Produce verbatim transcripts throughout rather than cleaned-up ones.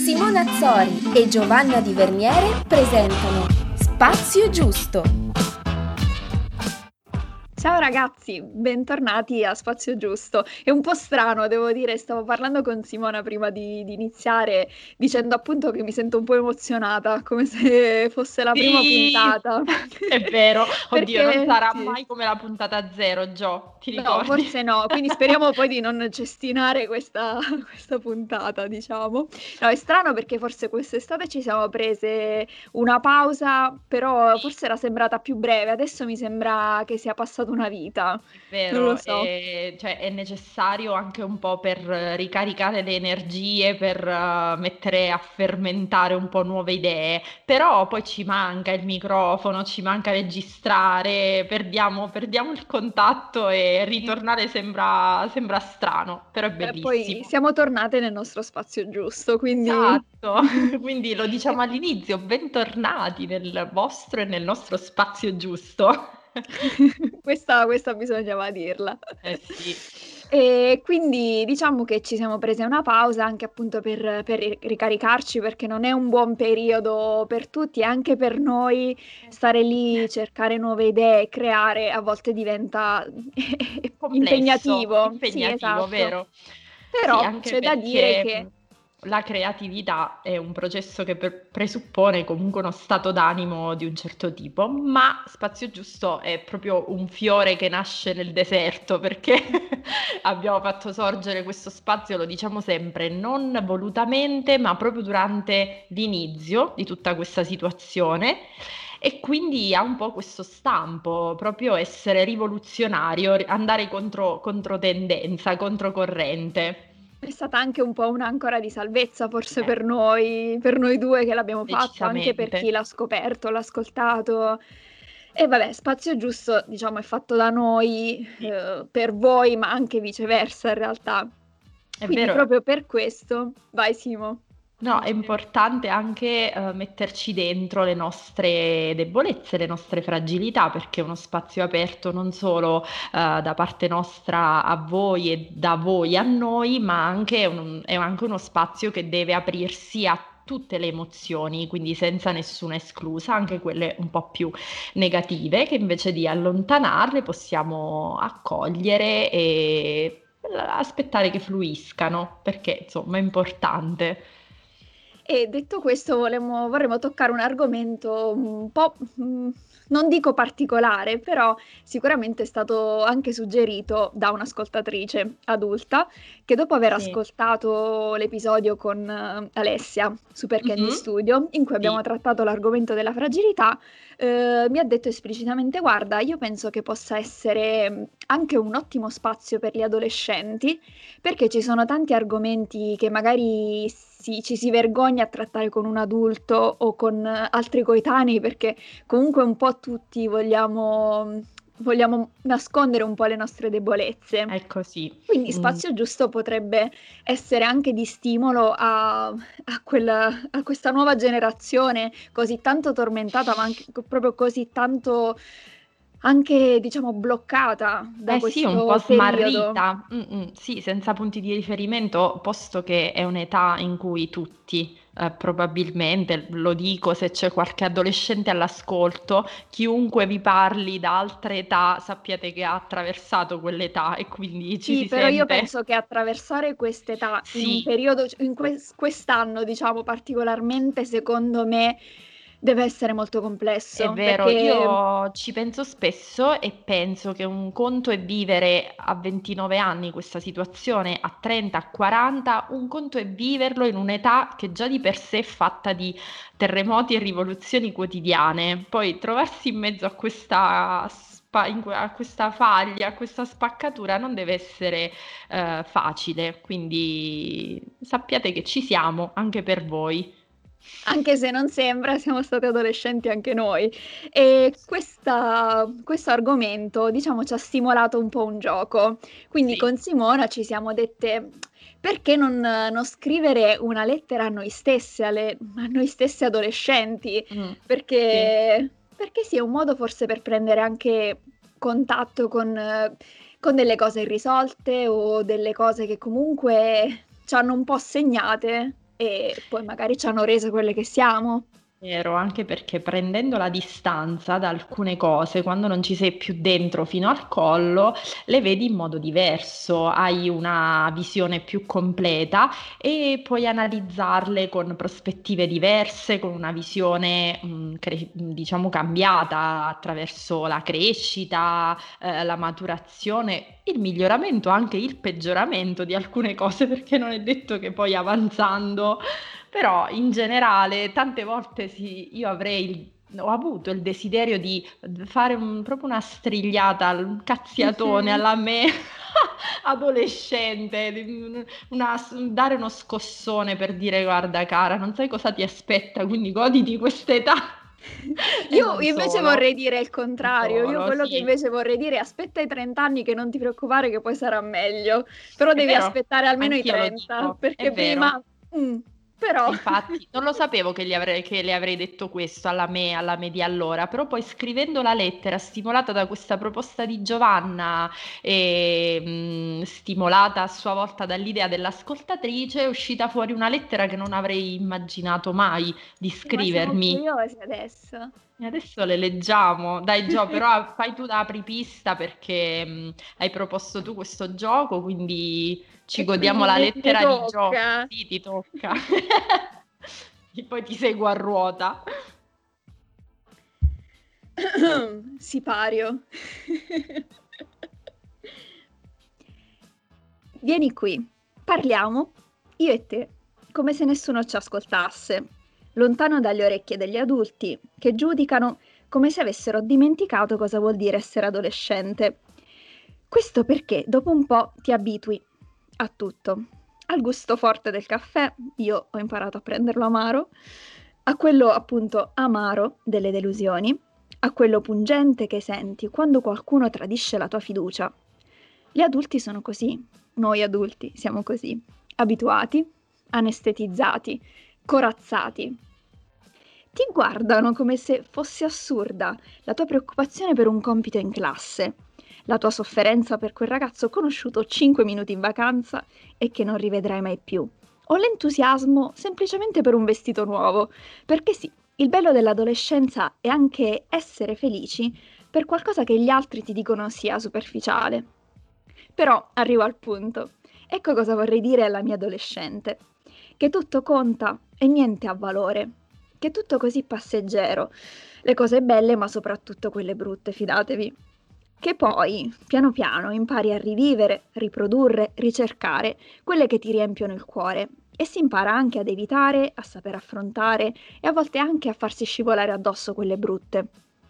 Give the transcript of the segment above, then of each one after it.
Simona Azzori e Giovanna Di Verniere presentano Spazio Giusto. Ciao ragazzi, bentornati a Spazio Giusto. È un po' strano, devo dire, stavo parlando con Simona prima di, di iniziare, dicendo appunto che mi sento un po' emozionata, come se fosse la prima Sì, puntata. è vero. Oddio, non Perché sarà sì. mai come la puntata zero, Gio, ti No, ricordi? forse no, quindi speriamo poi di non cestinare questa, questa puntata, diciamo. No, è strano perché forse quest'estate ci siamo prese una pausa, però forse era sembrata più breve, adesso mi sembra che sia passata una vita, È non lo vero, so. è, cioè, è necessario anche un po' per eh, ricaricare le energie, per eh, mettere a fermentare un po' nuove idee, però poi ci manca il microfono, ci manca registrare, perdiamo, perdiamo il contatto e Sì. ritornare sembra, sembra strano, però è E poi bellissimo. siamo tornate nel nostro spazio giusto, quindi Esatto, quindi lo diciamo all'inizio, bentornati nel vostro e nel nostro spazio giusto. questa, questa bisognava dirla. Eh sì. E quindi diciamo che ci siamo prese una pausa anche appunto per, per ri- ricaricarci perché non è un buon periodo per tutti e anche per noi stare lì, cercare nuove idee, creare a volte diventa Complesso, impegnativo. Sì, impegnativo, esatto. vero? Sì, Però anche c'è da dire perché che mh, la creatività è un processo che per- presuppone comunque uno stato d'animo di un certo tipo, ma Spazio Giusto è proprio un fiore che nasce nel deserto, perché abbiamo fatto sorgere questo spazio, lo diciamo sempre, non volutamente, ma proprio durante l'inizio di tutta questa situazione. E quindi ha un po' questo stampo, proprio essere rivoluzionario, ri- andare contro, controtendenza, controcorrente. è stata anche un po' un'ancora di salvezza forse Eh, per noi, per noi due che l'abbiamo fatto, anche per chi decisamente. l'ha scoperto, l'ha ascoltato. E vabbè, Spazio Giusto, diciamo, è fatto da noi, Sì, eh, per voi, ma anche viceversa in realtà. è Quindi vero. proprio per questo, vai Simo, No, è dicevi. importante anche eh, metterci dentro le nostre debolezze, le nostre fragilità, perché uno spazio aperto non solo eh, da parte nostra a voi e da voi a noi, ma anche un- è anche uno spazio che deve aprirsi a tutte le emozioni, quindi senza nessuna esclusa, anche quelle un po' più negative, che invece di allontanarle possiamo accogliere e aspettare che fluiscano, perché insomma è importante. E detto questo, volemo- vorremmo toccare un argomento un po', mm, non dico particolare, però sicuramente è stato anche suggerito da un'ascoltatrice adulta che dopo aver Sì. ascoltato l'episodio con eh, Alessia su Perché Candy Mhm. Studio, in cui abbiamo Sì. trattato l'argomento della fragilità, eh, mi ha detto esplicitamente: Guarda, io penso che possa essere mm, anche un ottimo spazio per gli adolescenti perché ci sono tanti argomenti che magari si- ci si vergogna a trattare con un adulto o con eh, altri coetanei, perché comunque un po' tutti vogliamo, vogliamo nascondere un po' le nostre debolezze. È così. Quindi Mm. Spazio Giusto potrebbe essere anche di stimolo a, a quella- a questa nuova generazione così tanto tormentata, ma anche proprio così tanto anche, diciamo, bloccata da Eh sì, un po' questo periodo. smarrita. Mm-mm. Sì, senza punti di riferimento, posto che è un'età in cui tutti, eh, probabilmente, lo dico se c'è qualche adolescente all'ascolto, chiunque vi parli da altre età, sappiate che ha attraversato quell'età e quindi ci Sì, si però io sente. penso che attraversare quest'età in un Sì. periodo, in quest- quest'anno, diciamo particolarmente, secondo me deve essere molto È complesso, vero, perché io ci penso spesso e penso che un conto è vivere a ventinove anni questa situazione, a trenta, a quaranta, un conto è viverlo in un'età che già di per sé è fatta di terremoti e rivoluzioni quotidiane. Poi trovarsi in mezzo a questa, spa- in que- a questa faglia, a questa spaccatura non deve essere eh, facile, quindi sappiate che ci siamo anche per voi. anche se non sembra, siamo stati adolescenti anche noi. E questa- questo argomento, diciamo, ci ha stimolato un po' un gioco. Quindi Sì. con Simona ci siamo dette, perché non, non scrivere una lettera a noi stesse, alle- a noi stesse adolescenti? Mm, sì. Perché, perché sì, è un modo forse per prendere anche contatto con, eh, con delle cose irrisolte o delle cose che comunque ci hanno un po' segnate e poi magari ci hanno reso quelle che siamo. Vero, anche perché prendendo la distanza da alcune cose, quando non ci sei più dentro fino al collo, le vedi in modo diverso, hai una visione più completa e puoi analizzarle con prospettive diverse, con una visione, mh, cre- diciamo, cambiata attraverso la crescita, eh, la maturazione, il miglioramento, anche il peggioramento di alcune cose, perché non è detto che poi avanzando. Però in generale, tante volte sì, io avrei, il- ho avuto il desiderio di fare un- proprio una strigliata, un cazziatone Mhm. alla me adolescente, di- una- dare uno scossone per dire guarda cara, non sai cosa ti aspetta, quindi goditi questa età. E Io non invece solo, vorrei dire il non contrario, io solo, quello che sì, invece vorrei dire è aspetta i trenta anni che non ti preoccupare che poi sarà meglio, però è devi vero, aspettare almeno i anch'io lo trenta, dico, è perché vero. prima... mm, però... Infatti, non lo sapevo che, gli avrei, che le avrei detto questo alla me, alla me di allora, però poi scrivendo la lettera, stimolata da questa proposta di Giovanna e mh, stimolata a sua volta dall'idea dell'ascoltatrice, è uscita fuori una lettera che non avrei immaginato mai di Ma siamo scrivermi. curiosi adesso. E adesso le leggiamo. Dai, Gio, però fai tu da apripista perché mh, hai proposto tu questo gioco, quindi ci E godiamo quindi la mi, mi lettera di Gio. tocca. Sì, ti tocca. E poi ti seguo a ruota. Sipario. Vieni qui, parliamo, io e te, come se nessuno ci ascoltasse, lontano dalle orecchie degli adulti, che giudicano come se avessero dimenticato cosa vuol dire essere adolescente. Questo perché dopo un po' ti abitui a tutto, al gusto forte del caffè, io ho imparato a prenderlo amaro, a quello appunto amaro delle delusioni, a quello pungente che senti quando qualcuno tradisce la tua fiducia. Gli adulti sono così, noi adulti siamo così, abituati, anestetizzati, corazzati. Ti guardano come se fosse assurda la tua preoccupazione per un compito in classe, la tua sofferenza per quel ragazzo conosciuto cinque minuti in vacanza e che non rivedrai mai più, o l'entusiasmo semplicemente per un vestito nuovo, perché sì, il bello dell'adolescenza è anche essere felici per qualcosa che gli altri ti dicono sia superficiale. Però arrivo al punto. Ecco cosa vorrei dire alla mia adolescente. Che tutto conta e niente ha valore. Che tutto così passeggero. Le cose belle, ma soprattutto quelle brutte, fidatevi. Che poi, piano piano, impari a rivivere, riprodurre, ricercare quelle che ti riempiono il cuore. E si impara anche ad evitare, a saper affrontare e a volte anche a farsi scivolare addosso quelle brutte.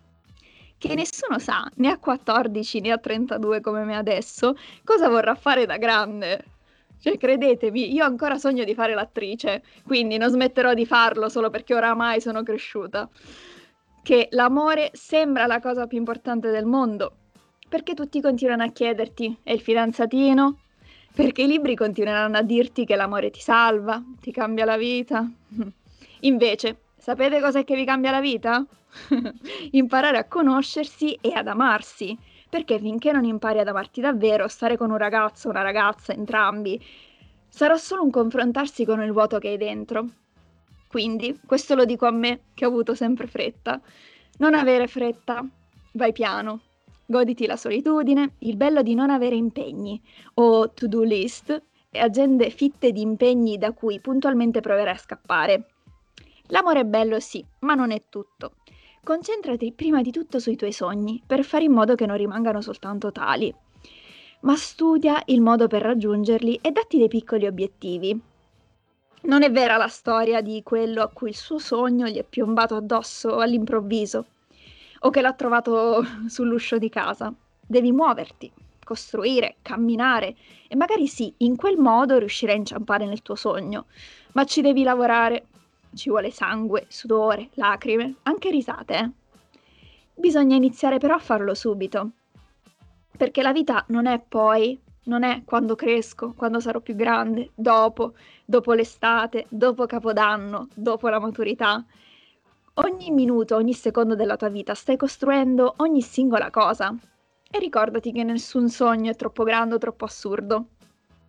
Che nessuno sa, né a quattordici né a trentadue come me adesso, cosa vorrà fare da grande. Cioè, credetemi, io ancora sogno di fare l'attrice, quindi non smetterò di farlo solo perché oramai sono cresciuta. Che l'amore sembra la cosa più importante del mondo, perché tutti continuano a chiederti, e il fidanzatino? Perché i libri continueranno a dirti che l'amore ti salva, ti cambia la vita. Invece, sapete cos'è che vi cambia la vita? Imparare a conoscersi e ad amarsi, perché finché non impari ad amarti davvero, stare con un ragazzo o una ragazza, entrambi, sarà solo un confrontarsi con il vuoto che hai dentro. Quindi, questo lo dico a me, che ho avuto sempre fretta. Non avere fretta, vai piano. Goditi la solitudine, il bello di non avere impegni o to-do list e agende fitte di impegni da cui puntualmente proverai a scappare. L'amore è bello sì, ma non è tutto. Concentrati prima di tutto sui tuoi sogni, per fare in modo che non rimangano soltanto tali. Ma studia il modo per raggiungerli e datti dei piccoli obiettivi. Non è vera la storia di quello a cui il suo sogno gli è piombato addosso all'improvviso, o che l'ha trovato sull'uscio di casa. Devi muoverti, costruire, camminare e magari sì, in quel modo riuscirai a inciampare nel tuo sogno, ma ci devi lavorare. Ci vuole sangue, sudore, lacrime, anche risate, eh. Bisogna iniziare però a farlo subito, perché la vita non è poi, non è quando cresco, quando sarò più grande, dopo, dopo l'estate, dopo Capodanno, dopo la maturità. Ogni minuto, ogni secondo della tua vita stai costruendo ogni singola cosa. E ricordati che nessun sogno è troppo grande o troppo assurdo.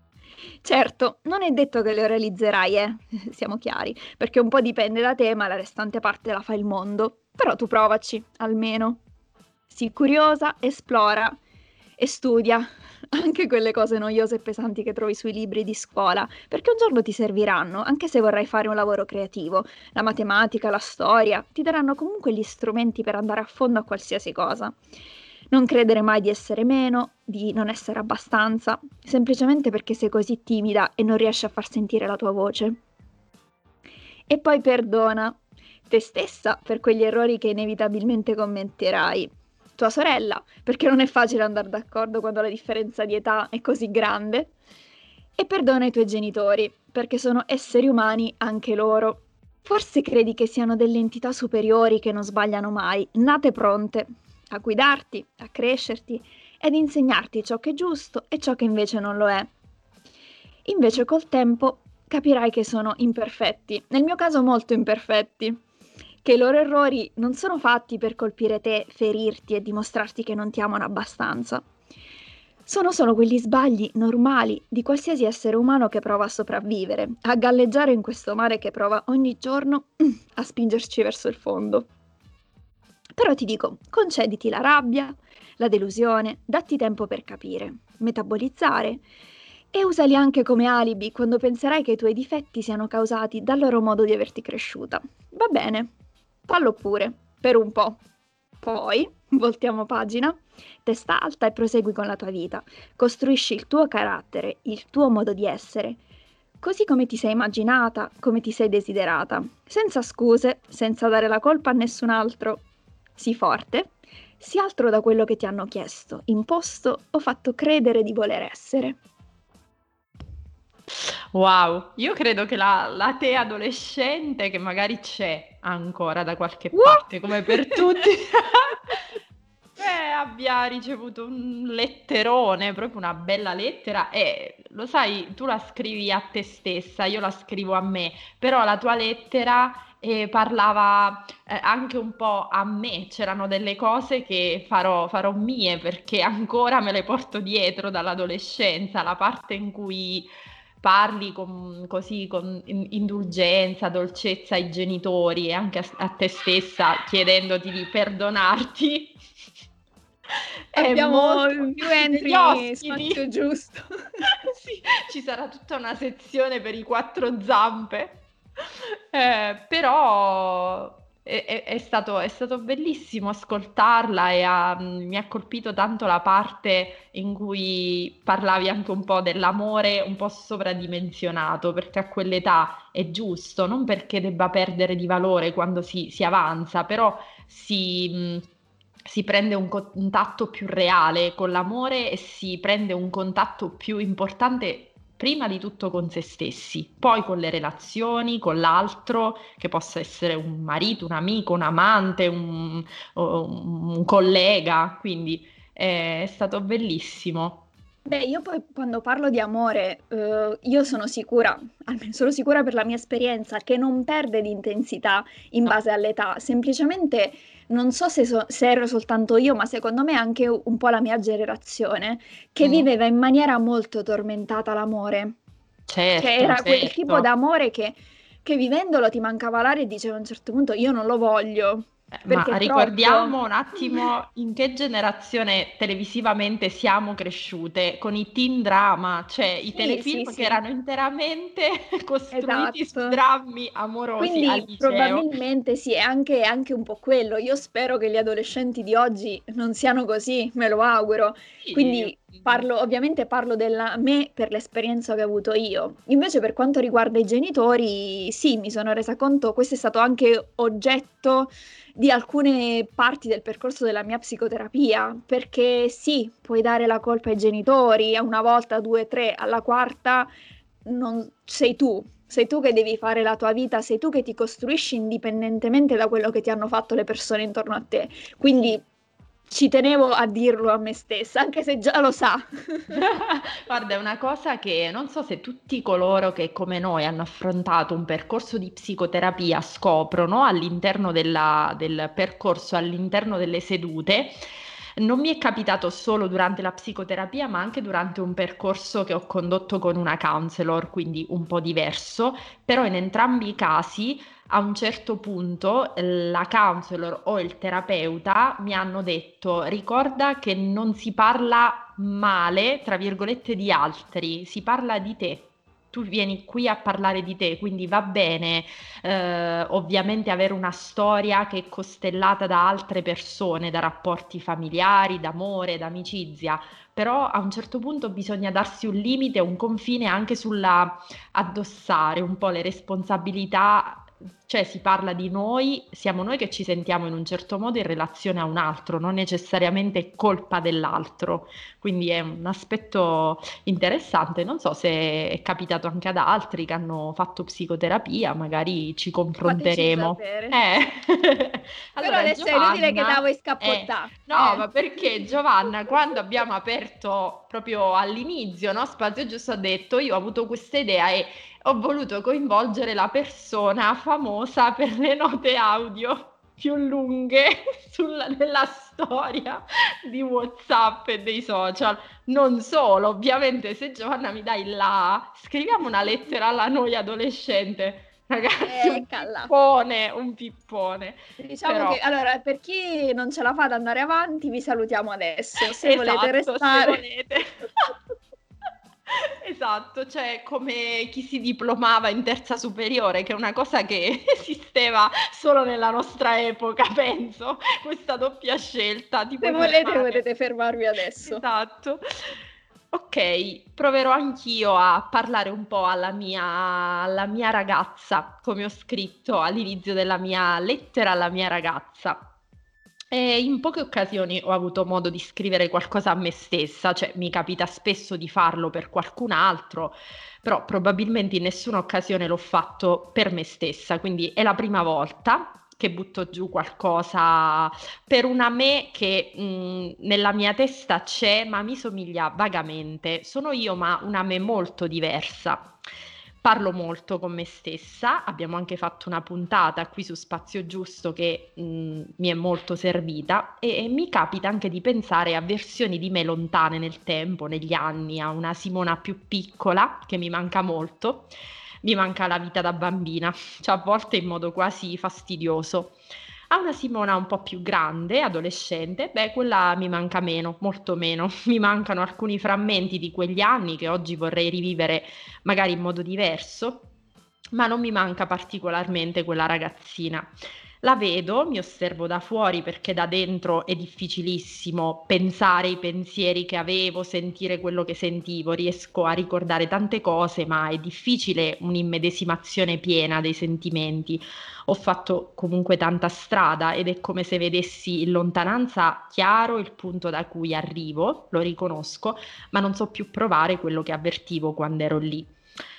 Certo, non è detto che le realizzerai, eh, siamo chiari, perché un po' dipende da te, ma la restante parte la fa il mondo. Però tu provaci, almeno. Sii curiosa, esplora e studia anche quelle cose noiose e pesanti che trovi sui libri di scuola, perché un giorno ti serviranno, anche se vorrai fare un lavoro creativo. La matematica, la storia, ti daranno comunque gli strumenti per andare a fondo a qualsiasi cosa. Non credere mai di essere meno, di non essere abbastanza, semplicemente perché sei così timida e non riesci a far sentire la tua voce. E poi perdona te stessa per quegli errori che inevitabilmente commetterai. Tua sorella, perché non è facile andare d'accordo quando la differenza di età è così grande. E perdona i tuoi genitori, perché sono esseri umani anche loro. Forse credi che siano delle entità superiori che non sbagliano mai, nate pronte a guidarti, a crescerti ed insegnarti ciò che è giusto e ciò che invece non lo è. Invece col tempo capirai che sono imperfetti, nel mio caso molto imperfetti, che i loro errori non sono fatti per colpire te, ferirti e dimostrarti che non ti amano abbastanza. Sono solo quegli sbagli normali di qualsiasi essere umano che prova a sopravvivere, a galleggiare in questo mare che prova ogni giorno a spingerci verso il fondo. Però ti dico, concediti la rabbia, la delusione, datti tempo per capire, metabolizzare e usali anche come alibi quando penserai che i tuoi difetti siano causati dal loro modo di averti cresciuta. Va bene, fallo pure, per un po'. Poi, voltiamo pagina, testa alta e prosegui con la tua vita. Costruisci il tuo carattere, il tuo modo di essere, così come ti sei immaginata, come ti sei desiderata, senza scuse, senza dare la colpa a nessun altro. Sii forte, sii altro da quello che ti hanno chiesto, imposto o fatto credere di voler essere. Wow, io credo che la, la te adolescente, che magari c'è ancora da qualche Uh! parte, come per tutti, eh, abbia ricevuto un letterone, proprio una bella lettera. E lo sai, tu la scrivi a te stessa, io la scrivo a me, però la tua lettera eh, parlava eh, anche un po' a me, c'erano delle cose che farò, farò mie perché ancora me le porto dietro dall'adolescenza, la parte in cui parli con, così con in- indulgenza, dolcezza ai genitori e anche a, a te stessa chiedendoti di perdonarti. È Abbiamo molto più degli entry, ospiti. spazio giusto. Sì, ci sarà tutta una sezione per i quattro zampe. Eh, però è, è- è stato, è stato bellissimo ascoltarla e ha- mi ha colpito tanto la parte in cui parlavi anche un po' dell'amore un po' sovradimensionato, perché a quell'età è giusto, non perché debba perdere di valore quando si, si avanza, però si, mh, si prende un contatto più reale con l'amore e si prende un contatto più importante prima di tutto con se stessi, poi con le relazioni, con l'altro, che possa essere un marito, un amico, un amante, un, un collega, quindi è stato bellissimo. Beh, io poi quando parlo di amore, eh, io sono sicura, almeno sono sicura per la mia esperienza, che non perde di intensità in No. base all'età. Semplicemente non so se, so- se ero soltanto io, ma secondo me anche un po' la mia generazione, che Mm, viveva in maniera molto tormentata l'amore. Che certo, era quel tipo certo. d'amore che, che vivendolo ti mancava l'aria e dicevo a un certo punto io non lo voglio, Eh, Ma perché è troppo. ricordiamo un attimo in che generazione televisivamente siamo cresciute, con i teen drama, cioè i Sì, sì, telefilm che sì, erano interamente costruiti su esatto. drammi amorosi al Quindi liceo. probabilmente sì, è anche, è anche un po' quello. Io spero che gli adolescenti di oggi non siano così, me lo auguro. Sì, Quindi parlo, ovviamente parlo della me per l'esperienza che ho avuto io. Invece per quanto riguarda i genitori, sì, mi sono resa conto, questo è stato anche oggetto di alcune parti del percorso della mia psicoterapia, perché sì, puoi dare la colpa ai genitori, una volta, due, tre, alla quarta non sei tu, sei tu che devi fare la tua vita, sei tu che ti costruisci indipendentemente da quello che ti hanno fatto le persone intorno a te. sì. Quindi ci tenevo a dirlo a me stessa, anche se già lo sa. Guarda, è una cosa che non so se tutti coloro che come noi hanno affrontato un percorso di psicoterapia scoprono all'interno della- del percorso, all'interno delle sedute, Non mi è capitato solo durante la psicoterapia, ma anche durante un percorso che ho condotto con una counselor, quindi un po' diverso, però in entrambi i casi a un certo punto la counselor o il terapeuta mi hanno detto: ricorda che non si parla male, tra virgolette, di altri, si parla di te. Tu vieni qui a parlare di te, quindi va bene eh, ovviamente avere una storia che è costellata da altre persone, da rapporti familiari, d'amore, d'amicizia, però a un certo punto bisogna darsi un limite, un confine anche sulla addossare un po' le responsabilità, cioè si parla di noi, siamo noi che ci sentiamo in un certo modo in relazione a un altro, non necessariamente colpa dell'altro, quindi è un aspetto interessante. Non so se è capitato anche ad altri che hanno fatto psicoterapia, magari ci Fateci confronteremo. sapere. Eh. Però Allora adesso è inutile che Giovanna, davo i eh, scappottà. no, Eh. ma perché Giovanna, quando abbiamo aperto proprio all'inizio, no, Spazio Giusto, ha detto: io ho avuto questa idea e ho voluto coinvolgere la persona famosa per le note audio più lunghe sulla, nella storia di WhatsApp e dei social. Non solo, ovviamente, se Giovanna mi dai là, scriviamo una lettera alla noi adolescente. Ragazzi, un Eccola. pippone, un pippone. Diciamo Però che allora, per chi non ce la fa ad andare avanti, vi salutiamo adesso. Se volete esatto, se restare. volete. Esatto, cioè come chi si diplomava in terza superiore, che è una cosa che esisteva solo nella nostra epoca, penso, questa doppia scelta, ti Se puoi volete, fermare. potete fermarvi adesso. Esatto. Ok, proverò anch'io a parlare un po' alla mia, alla mia ragazza, come ho scritto all'inizio della mia lettera alla mia ragazza. E in poche occasioni ho avuto modo di scrivere qualcosa a me stessa, cioè mi capita spesso di farlo per qualcun altro, però probabilmente in nessuna occasione l'ho fatto per me stessa, quindi è la prima volta che butto giù qualcosa per una me che mh, nella mia testa c'è, ma mi somiglia vagamente. Sono io, ma una me molto diversa. Parlo molto con me stessa, abbiamo anche fatto una puntata qui su Spazio Giusto che mh, mi è molto servita e, e mi capita anche di pensare a versioni di me lontane nel tempo, negli anni, a una Simona più piccola che mi manca molto, mi manca la vita da bambina, cioè a volte in modo quasi fastidioso. A una Simona un po' più grande, adolescente, beh, quella mi manca meno, molto meno. Mi mancano alcuni frammenti di quegli anni che oggi vorrei rivivere magari in modo diverso, ma non mi manca particolarmente quella ragazzina. La vedo, mi osservo da fuori perché da dentro è difficilissimo pensare i pensieri che avevo, sentire quello che sentivo, riesco a ricordare tante cose, ma è difficile un'immedesimazione piena dei sentimenti. Ho fatto comunque tanta strada ed è come se vedessi in lontananza chiaro il punto da cui arrivo, lo riconosco, ma non so più provare quello che avvertivo quando ero lì.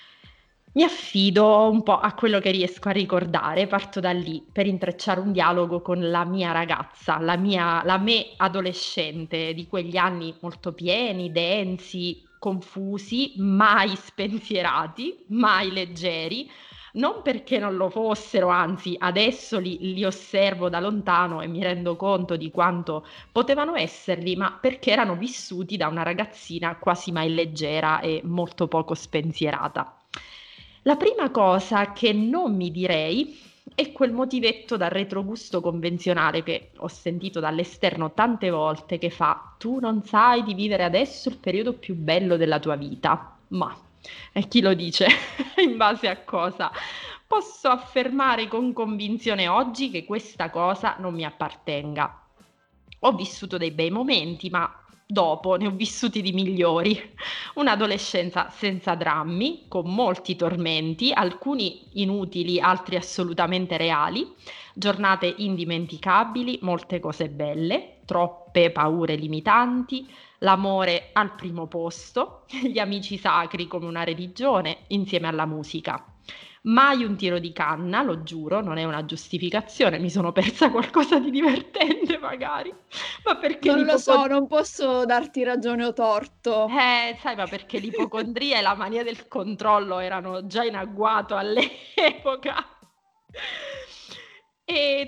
Mi affido un po' a quello che riesco a ricordare, parto da lì per intrecciare un dialogo con la mia ragazza, la mia, la me adolescente di quegli anni molto pieni, densi, confusi, mai spensierati, mai leggeri, non perché non lo fossero, anzi adesso li, li osservo da lontano e mi rendo conto di quanto potevano esserli, ma perché erano vissuti da una ragazzina quasi mai leggera e molto poco spensierata. La prima cosa che non mi direi è quel motivetto dal retrogusto convenzionale che ho sentito dall'esterno tante volte che fa: tu non sai di vivere adesso il periodo più bello della tua vita. Ma e chi lo dice? In base a cosa? Posso affermare con convinzione oggi che questa cosa non mi appartenga. Ho vissuto dei bei momenti, ma dopo ne ho vissuti di migliori. Un'adolescenza senza drammi, con molti tormenti, alcuni inutili, altri assolutamente reali, giornate indimenticabili, molte cose belle, troppe paure limitanti, l'amore al primo posto, gli amici sacri come una religione, insieme alla musica. Mai un tiro di canna, lo giuro, non è una giustificazione, mi sono persa qualcosa di divertente magari, ma perché Non lo so, l'ipocondria... non posso darti ragione o torto. Eh, sai, ma perché l'ipocondria e la mania del controllo erano già in agguato all'epoca. E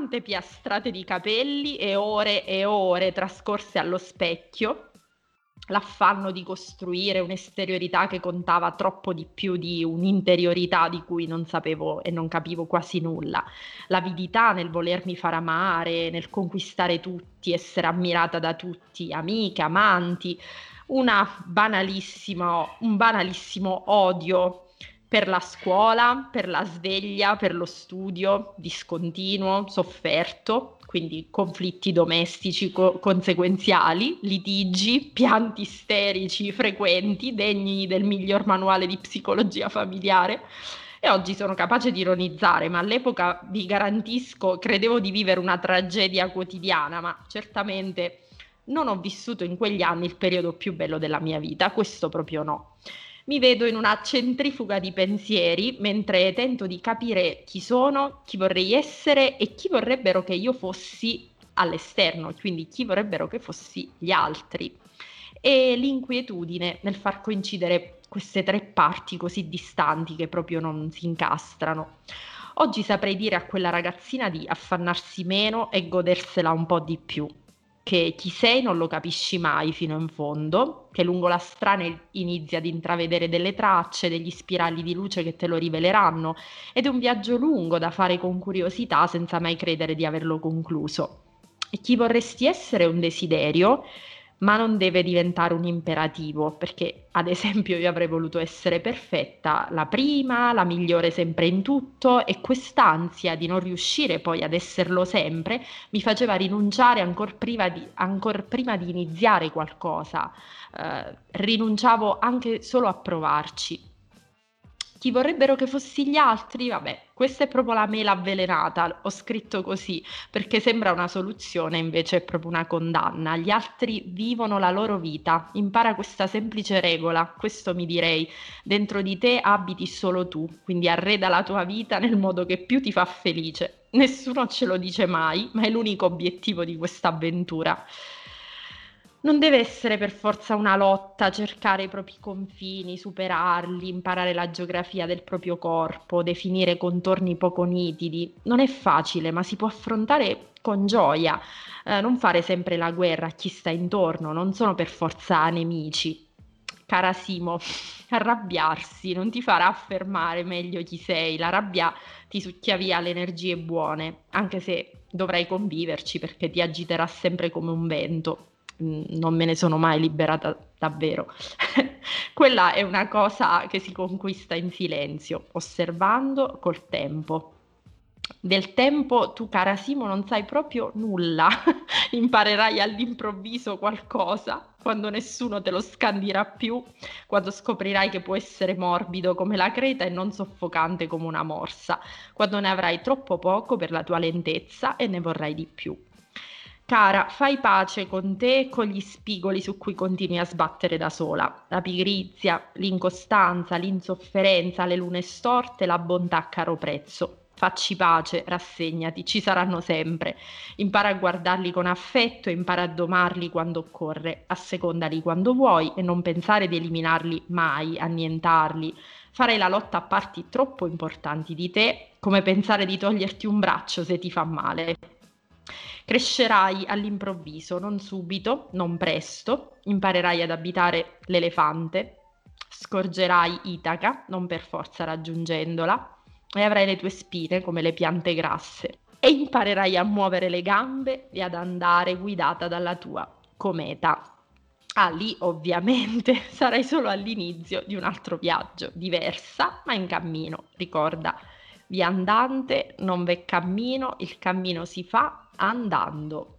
tante piastrate di capelli e ore e ore trascorse allo specchio, l'affanno di costruire un'esteriorità che contava troppo di più di un'interiorità di cui non sapevo e non capivo quasi nulla, l'avidità nel volermi far amare, nel conquistare tutti, essere ammirata da tutti, amiche, amanti, una banalissima, un banalissimo odio per la scuola, per la sveglia, per lo studio, discontinuo, sofferto, quindi conflitti domestici co- conseguenziali, litigi, pianti isterici frequenti, degni del miglior manuale di psicologia familiare. E oggi sono capace di ironizzare, ma all'epoca vi garantisco, credevo di vivere una tragedia quotidiana, ma certamente non ho vissuto in quegli anni il periodo più bello della mia vita, questo proprio no. Mi vedo in una centrifuga di pensieri mentre tento di capire chi sono, chi vorrei essere e chi vorrebbero che io fossi all'esterno, quindi chi vorrebbero che fossi gli altri. E l'inquietudine nel far coincidere queste tre parti così distanti che proprio non si incastrano. Oggi saprei dire a quella ragazzina di affannarsi meno e godersela un po' di più, che chi sei non lo capisci mai fino in fondo, che lungo la strada inizi ad intravedere delle tracce, degli spirali di luce che te lo riveleranno, ed è un viaggio lungo da fare con curiosità senza mai credere di averlo concluso. E chi vorresti essere è un desiderio, ma non deve diventare un imperativo, perché ad esempio io avrei voluto essere perfetta, la prima, la migliore sempre in tutto, e quest'ansia di non riuscire poi ad esserlo sempre mi faceva rinunciare ancora prima di, ancor prima di iniziare qualcosa, eh, rinunciavo anche solo a provarci. Chi vorrebbero che fossi gli altri? Vabbè, questa è proprio la mela avvelenata, ho scritto così perché sembra una soluzione, invece è proprio una condanna. Gli altri vivono la loro vita, impara questa semplice regola, questo mi direi, dentro di te abiti solo tu, quindi arreda la tua vita nel modo che più ti fa felice. Nessuno ce lo dice mai, ma è l'unico obiettivo di questa avventura. Non deve essere per forza una lotta, cercare i propri confini, superarli, imparare la geografia del proprio corpo, definire contorni poco nitidi. Non è facile, ma si può affrontare con gioia. Eh, non fare sempre la guerra a chi sta intorno, non sono per forza nemici. Cara Simo, arrabbiarsi non ti farà affermare meglio chi sei, la rabbia ti succhia via le energie buone, anche se dovrai conviverci perché ti agiterà sempre come un vento. Non me ne sono mai liberata davvero. Quella è una cosa che si conquista in silenzio, osservando col tempo. Del tempo tu, cara Simo, non sai proprio nulla. Imparerai all'improvviso qualcosa quando nessuno te lo scandirà più, quando scoprirai che può essere morbido come la creta e non soffocante come una morsa, quando ne avrai troppo poco per la tua lentezza e ne vorrai di più. Cara, fai pace con te e con gli spigoli su cui continui a sbattere da sola. La pigrizia, l'incostanza, l'insofferenza, le lune storte, la bontà a caro prezzo. Facci pace, rassegnati, ci saranno sempre. Impara a guardarli con affetto e impara a domarli quando occorre. Assecondali quando vuoi e non pensare di eliminarli mai, annientarli. Farai la lotta a parti troppo importanti di te, come pensare di toglierti un braccio se ti fa male. Crescerai all'improvviso, non subito, non presto, imparerai ad abitare l'elefante, scorgerai Itaca, non per forza raggiungendola, e avrai le tue spine come le piante grasse, e imparerai a muovere le gambe e ad andare guidata dalla tua cometa. Ah, lì ovviamente sarai solo all'inizio di un altro viaggio, diversa ma in cammino, ricorda. Viandante, non v'è cammino, il cammino si fa andando.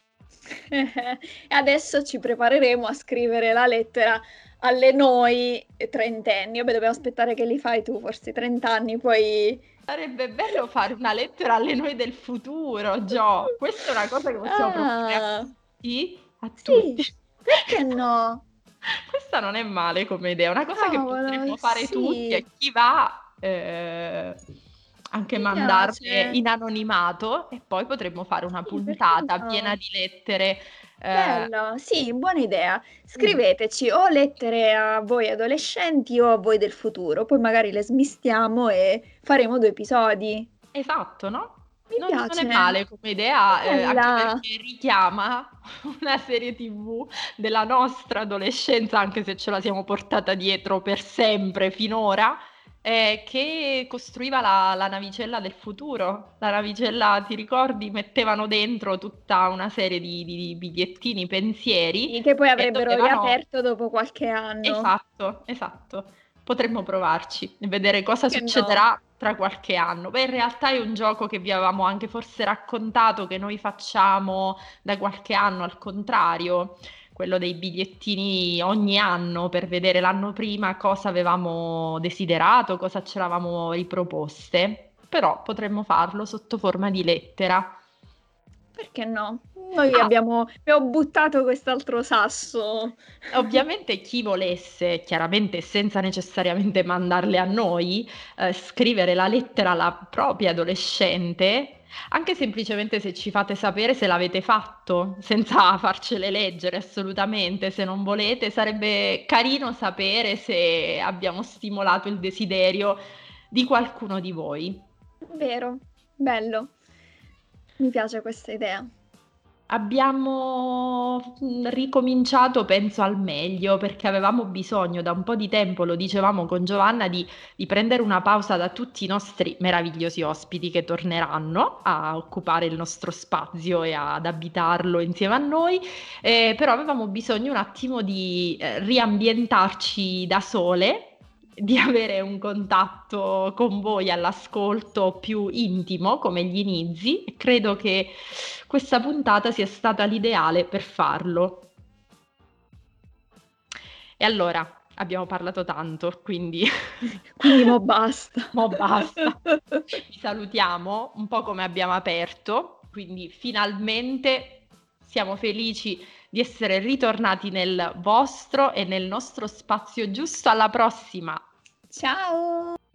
E adesso ci prepareremo a scrivere la lettera alle noi trentenni. Vabbè, dobbiamo aspettare che li fai tu, forse trenta anni, poi... Sarebbe bello fare una lettera alle noi del futuro, Gio. Questa è una cosa che possiamo proporre a Ah, tutti. A sì, tutti. perché no? Questa non è male come idea, è una cosa che Cavolo, potremmo fare tutti e sì, chi va eh, anche mi mandarle piace. in anonimato e poi potremmo fare una Sì, perché puntata piena no? di lettere. eh, Bello, sì, buona idea. mm, Scriveteci o lettere a voi adolescenti o a voi del futuro, poi magari le smistiamo e faremo due episodi. esatto, no? Mi Mi Non, non è piace. male come idea, eh, anche Bella. perché richiama una serie T V della nostra adolescenza, anche se ce la siamo portata dietro per sempre finora, eh, che costruiva la, la navicella del futuro. La navicella, ti ricordi? Mettevano dentro tutta una serie di, di- di bigliettini, pensieri Sì, che poi e avrebbero dovevano... riaperto dopo qualche anno. Esatto, esatto. Potremmo provarci e vedere cosa Che no? succederà tra qualche anno. Beh, in realtà è un gioco che vi avevamo anche forse raccontato che noi facciamo da qualche anno al contrario, quello dei bigliettini ogni anno per vedere l'anno prima cosa avevamo desiderato, cosa ci eravamo riproposte. Però potremmo farlo sotto forma di lettera. Perché no? Noi Ah, abbiamo, abbiamo buttato quest'altro sasso. ovviamente chi volesse, chiaramente senza necessariamente mandarle a noi, eh, scrivere la lettera alla propria adolescente, anche semplicemente se ci fate sapere se l'avete fatto, senza farcele leggere assolutamente, se non volete, sarebbe carino sapere se abbiamo stimolato il desiderio di qualcuno di voi. Vero, bello. Mi piace questa idea. Abbiamo mm, ricominciato, penso, al meglio perché avevamo bisogno da un po' di tempo, lo dicevamo con Giovanna, di, di prendere una pausa da tutti i nostri meravigliosi ospiti che torneranno a occupare il nostro spazio e ad abitarlo insieme a noi, eh, però avevamo bisogno un attimo di eh, riambientarci da sole, di avere un contatto con voi all'ascolto più intimo come gli inizi e credo che questa puntata sia stata l'ideale per farlo. E allora, abbiamo parlato tanto, quindi Quindi mo basta. mo basta. Vi salutiamo un po' come abbiamo aperto, quindi finalmente siamo felici di essere ritornati nel vostro e nel nostro spazio giusto. Alla prossima! Ciao!